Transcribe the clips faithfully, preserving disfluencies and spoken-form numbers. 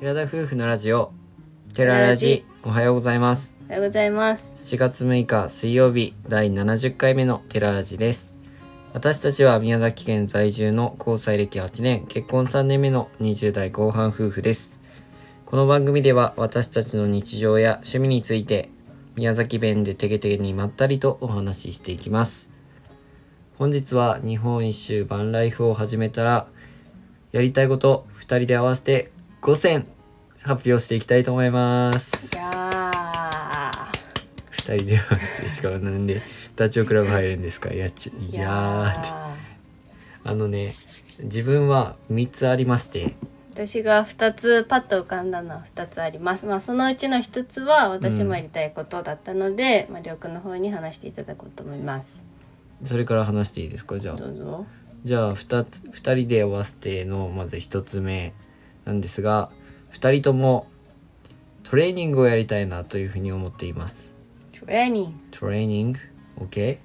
寺田夫婦のラジオテララジ、おはようございます。 おはようございます。 しちがつむいか水曜日、だいななじゅっかいめのテララジです。私たちは宮崎県在住の交際歴はちねん、結婚さんねんめのにじゅうだいこう半夫婦です。この番組では私たちの日常や趣味について宮崎弁でてげてげにまったりとお話ししていきます。本日は日本一周バンライフを始めたらやりたいことふたりで合わせてごせん発表していきたいと思います。 いやふたりで合わせてしかもなんでダチョウ倶楽部入るんですか。やっちいやーってあのね自分はみっつありまして、 私がふたつパッと浮かんだのはふたつあります。まあそのうちのひとつは私もやりたいことだったので、うん、まありょうくんの方に話していただこうと思います。 それから話していいですか。じゃあどうぞ。じゃあふたつふたりで合わせてのまずひとつめなんですが、ふたりともトレーニングをやりたいなというふうに思っています。 トレーニングトレーニング OK?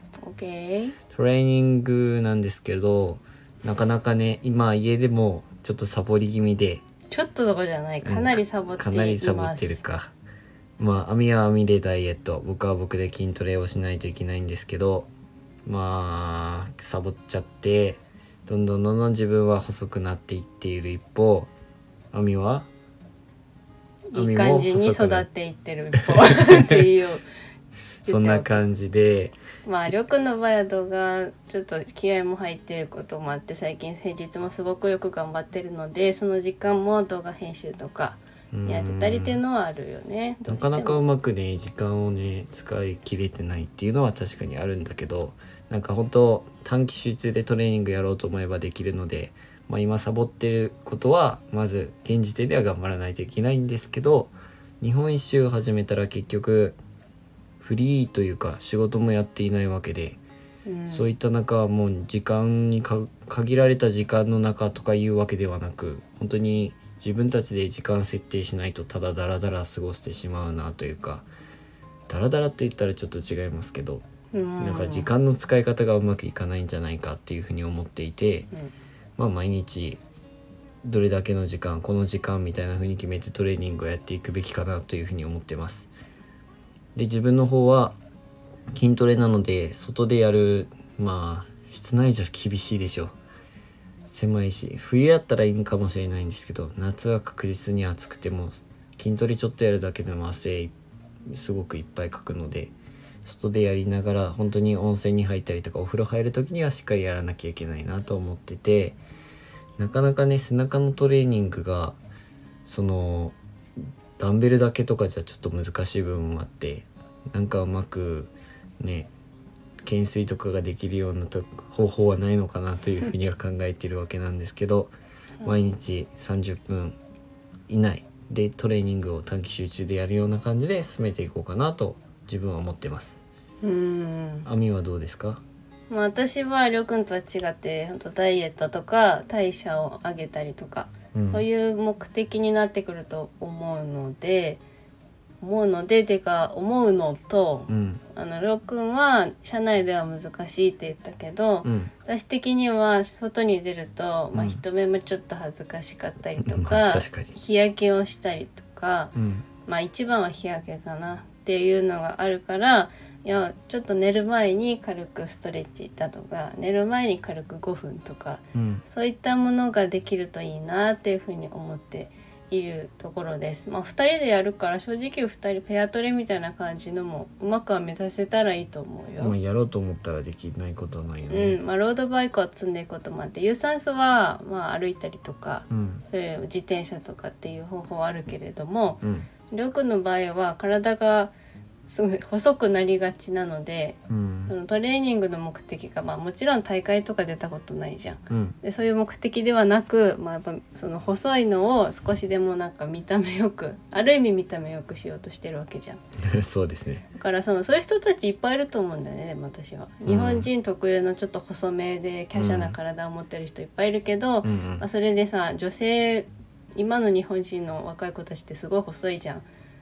OK トレーニングなんですけど、なかなかね今家でもちょっとサボり気味で、 ちょっとどころじゃない、かなりサボっています、 うん、かなりサボってるか。まあアミはアミでダイエット、僕は僕で筋トレをしないといけないんですけど、まあサボっちゃってどんどんどんどん自分は細くなっていっている一方、アミはいい感じに育っていってる一方っていうそんな感じで、 まありょうくんの場合は動画ちょっと気合も入ってることもあって、最近平日もすごくよく頑張ってるので、その時間も動画編集とかやってたりっていうのはあるよね。 なかなかうまくね時間をね使い切れてないっていうのは確かにあるんだけど、なんか本当短期集中でトレーニングやろうと思えばできるので、まあ、今サボってることはまず現時点では頑張らないといけないんですけど、日本一周を始めたら結局フリーというか仕事もやっていないわけで、うん、そういった中はもう時間にか限られた時間の中とかいうわけではなく、本当に自分たちで時間設定しないとただダラダラ過ごしてしまうなというか、ダラダラって言ったらちょっと違いますけど、うん、なんか時間の使い方がうまくいかないんじゃないかっていうふうに思っていて、うん、まあ毎日どれだけの時間この時間みたいな風に決めてトレーニングをやっていくべきかなというふうに思ってます。で自分の方は筋トレなので外でやる、まあ室内じゃ厳しいでしょう、狭いし、冬やったらいいかもしれないんですけど、夏は確実に暑くても筋トレちょっとやるだけでも汗すごくいっぱいかくので、外でやりながら本当に温泉に入ったりとかお風呂入る時にはしっかりやらなきゃいけないなと思ってて、なかなかね背中のトレーニングがそのダンベルだけとかじゃちょっと難しい部分もあって、なんかうまくね懸垂とかができるようなと方法はないのかなというふうには考えているわけなんですけど毎日さんじゅっぷん以内でトレーニングを短期集中でやるような感じで進めていこうかなと自分は思ってます。うーん、アミはどうですか。 まあ、私はりょうくんとは違って本当ダイエットとか代謝を上げたりとか、うん、そういう目的になってくると思うので思うのでてか思うのと、うん、あのりょうくんは社内では難しいって言ったけど、うん、私的には外に出ると、まあ、人目もちょっと恥ずかしかったりとか、まあ、確かに日焼けをしたりとか、うん、まあ一番は日焼けかなっていうのがあるから、いやちょっと寝る前に軽くストレッチだとか寝る前に軽くごふんとか、うん、そういったものができるといいなっていうふうに思っているところです。まあふたりでやるから正直ふたりペアトレみたいな感じのもうまくは目指せたらいいと思うよ。 まあ、やろうと思ったらできないことはないよね。 うん、まあロードバイクを積んでいくこともあって、有酸素はまあ歩いたりとか、うん、そういう自転車とかっていう方法はあるけれども、りょうくんの場合は体がすごい細くなりがちなので、うん、そのトレーニングの目的が、まあ、もちろん大会とか出たことないじゃん、うん、でそういう目的ではなく、まあ、やっぱその細いのを少しでもなんか見た目よく、ある意味見た目よくしようとしてるわけじゃんそうですね。 だからそのそういう人たちいっぱいいると思うんだよね。でも私は日本人特有のちょっと細めで華奢な体を持ってる人いっぱいいるけど、うんまあ、それでさ女性今の日本人の若い子たちってすごい細いじゃん。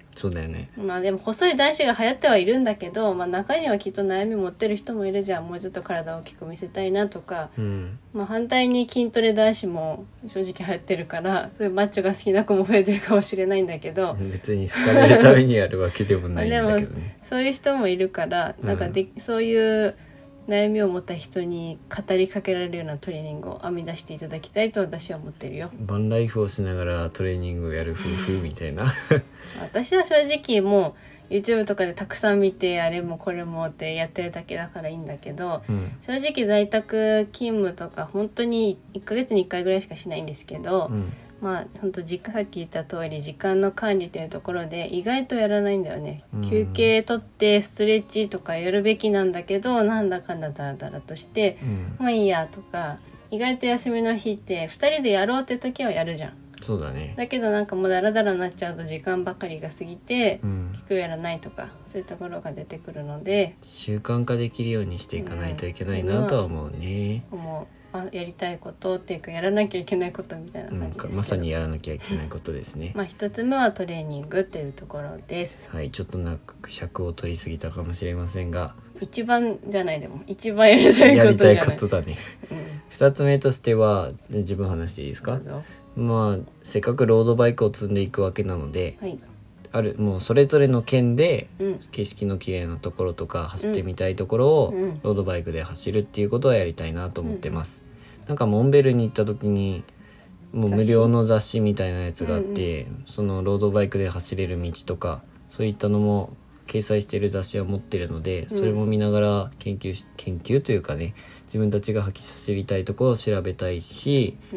そうだよね。 まあでも細い男子が流行ってはいるんだけど、まあ、中にはきっと悩み持ってる人もいるじゃん。もうちょっと体を大きく見せたいなとか、 うん、 まあ、反対に筋トレ男子も正直流行ってるから、そういうマッチョが好きな子も増えてるかもしれないんだけど、 別に好かれるためにやるわけでもないんだけどね。 でもそういう人もいるからなんかで、うん、そういう悩みを持った人に語りかけられるようなトレーニングを編み出していただきたいと私は思ってるよ。 バンライフをしながらトレーニングをやる夫婦みたいな私は正直もう YouTube とかでたくさん見てあれもこれもってやってるだけだからいいんだけど、うん、正直在宅勤務とか本当にいっかげつにいっかいぐらいしかしないんですけど、うん、まあ本当実家さっき言った通り時間の管理というところで意外とやらないんだよね、うん、休憩取ってストレッチとかやるべきなんだけどなんだかんだダラダラとして、うん、まあいいやとか、意外と休みの日ってふたりでやろうって時はやるじゃん。 そうだね。 だけどなんかもうダラダラになっちゃうと時間ばかりが過ぎて、うん、結局やらないとかそういうところが出てくるので、 習慣化できるようにしていかないといけないなとは思うね、 うん、思う。あ、やりたいことっていうかやらなきゃいけないことみたいな感じですけど、 うん、まさにやらなきゃいけないことですねまあ一つ目はトレーニングっていうところです。 はい、ちょっとなんか尺を取りすぎたかもしれませんが、 一番じゃない、でも一番やりたいことじゃないやりたいことだね、うん、二つ目としては自分話していいですか。まあせっかくロードバイクを積んでいくわけなので、はい、あるもうそれぞれの県で景色の綺麗なところとか走ってみたいところをロードバイクで走るっていうことはやりたいなと思ってます、うん、なんかモンベルに行った時にもう無料の雑誌みたいなやつがあって、うんうん、そのロードバイクで走れる道とかそういったのも掲載している雑誌は持ってるので、それも見ながら研究し研究というかね、自分たちが走りたいところを調べたいし、うん、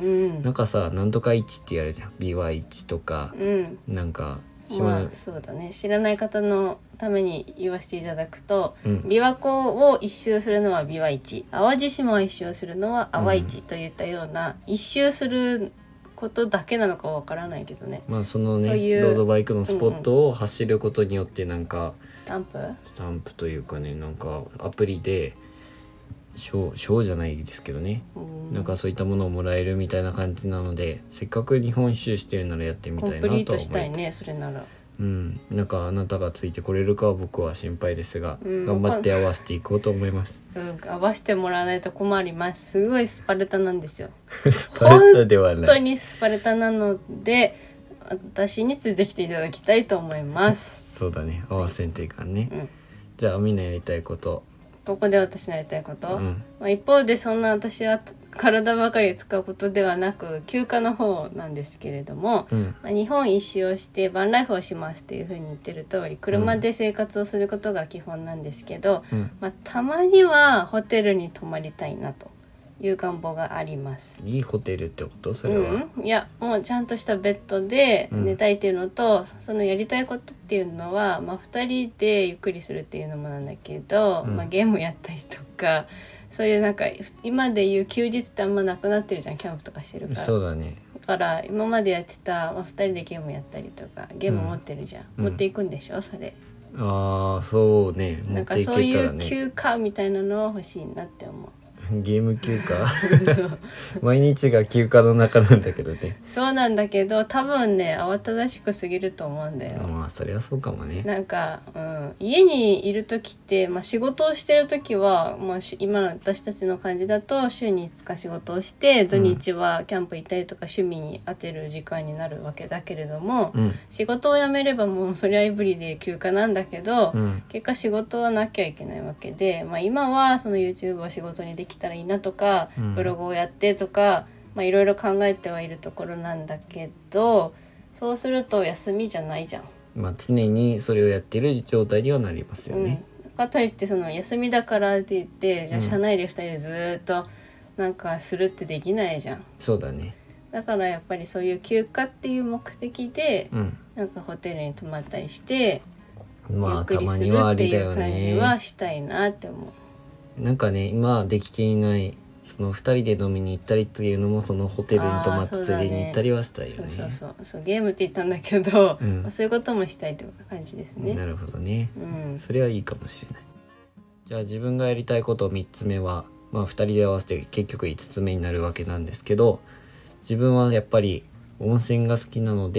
なんかさなんとかいちってやるじゃん ビーワイいち とか、うん、なんかまあそうだね、知らない方のために言わせていただくと、うん、琵琶湖を一周するのはビワいち、淡路島を一周するのは淡市といったような、うん、一周することだけなのかわからないけどね、 まあそのねそういうロードバイクのスポットを走ることによってなんか、うんうん、 スタンプスタンプというかね、なんかアプリで賞賞じゃないですけどね、うん、なんかそういったものをもらえるみたいな感じなので、せっかく日本一周してるならやってみたいなとは思います。 コンプリートしたいね、それなら。 うん、なんかあなたがついてこれるかは僕は心配ですが、うん、頑張って合わせていこうと思います、 うん、合わせてもらわないと困ります。すごいスパルタなんですよスパルタではない、 本当にスパルタなので私についてきていただきたいと思いますそうだね、合わせんといかんね、はい、うん、じゃあみんなやりたいこと、 ここで私のやりたいこと、うん、まあ、一方でそんな私は体ばかり使うことではなく休暇の方なんですけれども、うん、まあ、日本一周をしてバンライフをしますっていう風に言ってる通り車で生活をすることが基本なんですけど、うん、まあ、たまにはホテルに泊まりたいなという願望があります。 いいホテルってことそれは、 うん、いやもうちゃんとしたベッドで寝たいっていうのと、うん、そのやりたいことっていうのは、まあ、ふたりでゆっくりするっていうのもなんだけど、うん、まあ、ゲームやったりとかそういうなんか今でいう休日ってあんまなくなってるじゃん、キャンプとかしてるから。 そうだね。 だから今までやってた、まあ、ふたりでゲームやったりとかゲーム持ってるじゃん、うん、持っていくんでしょそれ。 ああそうね、持っていけたらね。なんかそういう休暇みたいなのは欲しいなって思う。 ゲーム休暇毎日が休暇の中なんだけどね。 そうなんだけど多分ね慌ただしく過ぎると思うんだよ。 まあそれはそうかもね。 なんか、うん、家にいる時って、まあ、仕事をしてる時は、まあ、今の私たちの感じだと週にいつか仕事をして土日はキャンプ行ったりとか趣味に当てる時間になるわけだけれども、うん、仕事を辞めればもうそりゃいぶりで休暇なんだけど、うん、結果仕事はなきゃいけないわけで、まあ、今はその YouTube を仕事にできたらいいなとか、うん、ブログをやってとかいろいろ考えてはいるところなんだけど、そうすると休みじゃないじゃん。 まあ常にそれをやってる状態にはなりますよね、 うん、かといってその休みだからって言ってじゃあ社内でふたりでずっとなんかするってできないじゃん。 そうだね。 だからやっぱりそういう休暇っていう目的で、うん、なんかホテルに泊まったりして、まあ、ゆっくりするっていう感じはしたいなって思う。 なんかね今できていないそのふたりで飲みに行ったりっていうのもそのホテルに泊まってついでに行ったりはしたいよね。 そうそうそうそう、ゲームって言ったんだけど、うんまあ、そういうこともしたいって感じですね。 なるほどね、うん、それはいいかもしれない。じゃあ自分がやりたいことみっつめは、まあ、ふたりで合わせて結局いつつめになるわけなんですけど、自分はやっぱり温泉が好きなので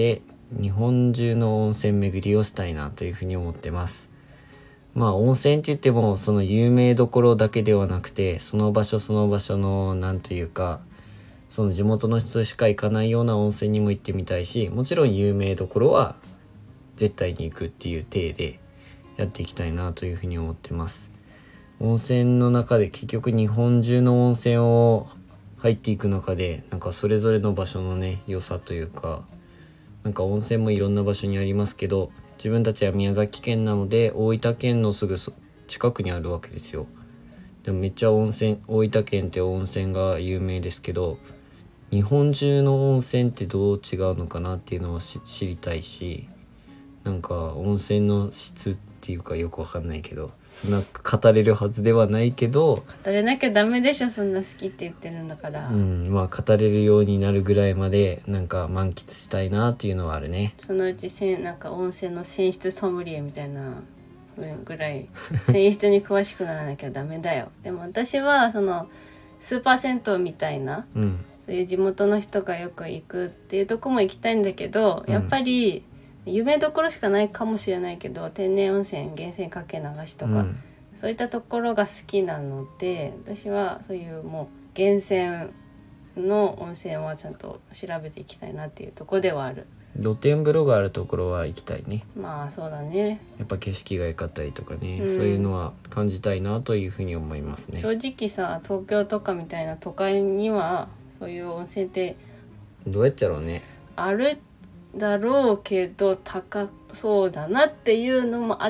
日本中の温泉巡りをしたいなというふうに思ってます。まあ温泉って言ってもその有名どころだけではなくて、その場所その場所のなんというか、その地元の人しか行かないような温泉にも行ってみたいし、もちろん有名どころは絶対に行くっていう体でやっていきたいなというふうに思ってます。温泉の中で結局日本中の温泉を入っていく中で、なんかそれぞれの場所のね良さというか、なんか温泉もいろんな場所にありますけど、自分たちは宮崎県なので大分県のすぐ近くにあるわけですよ。でもめっちゃ温泉、大分県って温泉が有名ですけど、日本中の温泉ってどう違うのかなっていうのを知りたいし、なんか温泉の質っていうかよくわかんないけど、そんな語れるはずではないけど、 語れなきゃダメでしょ、そんな好きって言ってるんだから。 うん、まあ語れるようになるぐらいまでなんか満喫したいなっていうのはあるね。 そのうちせんなんか温泉の泉質ソムリエみたいなぐらい泉質に詳しくならなきゃダメだよ。でも私はそのスーパー銭湯みたいな、 うん、 そういう地元の人がよく行くっていうとこも行きたいんだけど、やっぱり有名どころしかないかもしれないけど、天然温泉、源泉かけ流しとか、うん、そういったところが好きなので、私はそういうもう源泉の温泉はちゃんと調べていきたいなっていうところではある。 露天風呂があるところは行きたいね。 まあそうだね。 やっぱ景色が良かったりとかね、うん、そういうのは感じたいなというふうに思いますね。 正直さ、東京とかみたいな都会にはそういう温泉ってどうやっちゃろうね。 あるだろうけど高そうだなっていうのもあって、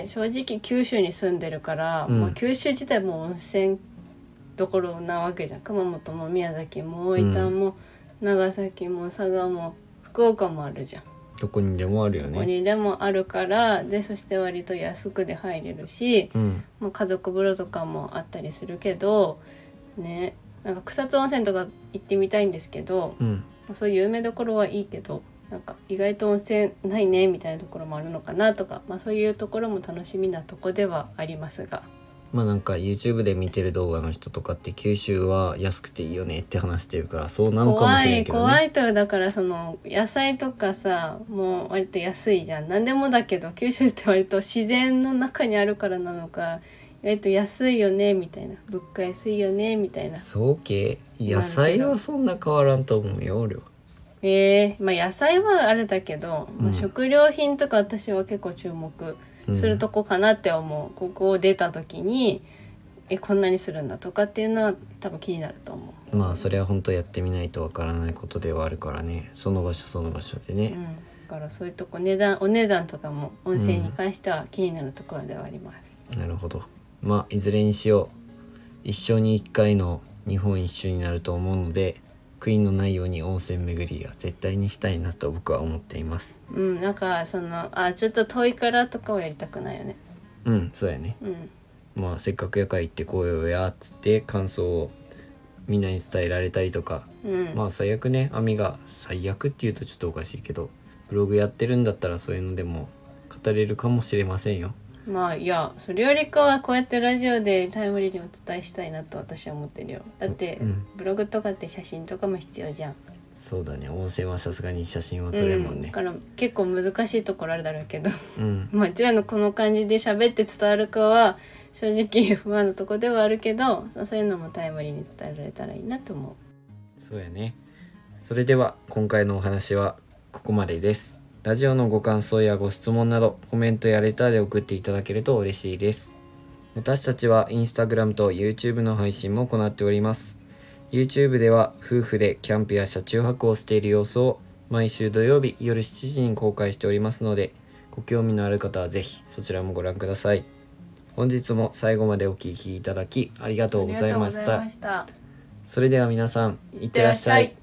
正直九州に住んでるから、うん、まあ、九州自体も温泉どころなわけじゃん。熊本も宮崎も大分も、うん、長崎も佐賀も福岡もあるじゃん。 どこにでもあるよね。 どこにでもあるから、でそして割と安くで入れるし、うん、まあ、家族風呂とかもあったりするけどね。なんか草津温泉とか行ってみたいんですけど、うん、そういう有名どころはいいけど、なんか意外と温泉ないねみたいなところもあるのかなとか、まあ、そういうところも楽しみなとこではありますが、 まあなんか YouTube で見てる動画の人とかって九州は安くていいよねって話してるから、そうなのかもしれないけどね。 怖い怖いと、だからその野菜とかさ、もう割と安いじゃん。何でもだけど九州って割と自然の中にあるからなのか、意外と安いよねみたいな、物価安いよねみたいな。 そうけ、野菜はそんな変わらんと思うよ俺は。 えー、まあ野菜はあれだけど、うん、まあ、食料品とか私は結構注目するとこかなって思う、うん、ここを出た時にえこんなにするんだとかっていうのは多分気になると思う。まあそれは本当やってみないとわからないことではあるからね、その場所その場所でね、うん、 だからそういうとこ値段お値段とかも温泉に関しては気になるところではあります、 うん、なるほど。まあいずれにしよう一生に一回の日本一周になると思うので、悔いのないように温泉巡りは絶対にしたいなと僕は思っています。 うん、なんかそのあちょっと遠いからとかはやりたくないよね。 うん、そうやね、うん、まあせっかくやから行ってこうよやっつって感想をみんなに伝えられたりとか、うん、まあ最悪ね、アミが最悪っていうとちょっとおかしいけどブログやってるんだったらそういうのでも語れるかもしれませんよ。 まあいや、それよりかはこうやってラジオでタイムリーにお伝えしたいなと私は思ってるよ。だって、うん、ブログとかって写真とかも必要じゃん。 そうだね、温泉はさすがに写真は撮れるもんね、うん、 だから結構難しいところあるだろうけど、 うん、 まあうちらのこの感じで喋って伝わるかは正直不安なところではあるけど、そういうのもタイムリーに伝えられたらいいなと思う。そうやね。それでは今回のお話はここまでです。ラジオのご感想やご質問などコメントやレターで送っていただけると嬉しいです。私たちはインスタグラムと YouTube の配信も行っております。YouTube では夫婦でキャンプや車中泊をしている様子を毎週土曜日夜しちじに公開しておりますので、ご興味のある方はぜひそちらもご覧ください。本日も最後までお聞きいただきありがとうございました。 ありがとうございました。 それでは皆さんいってらっしゃい。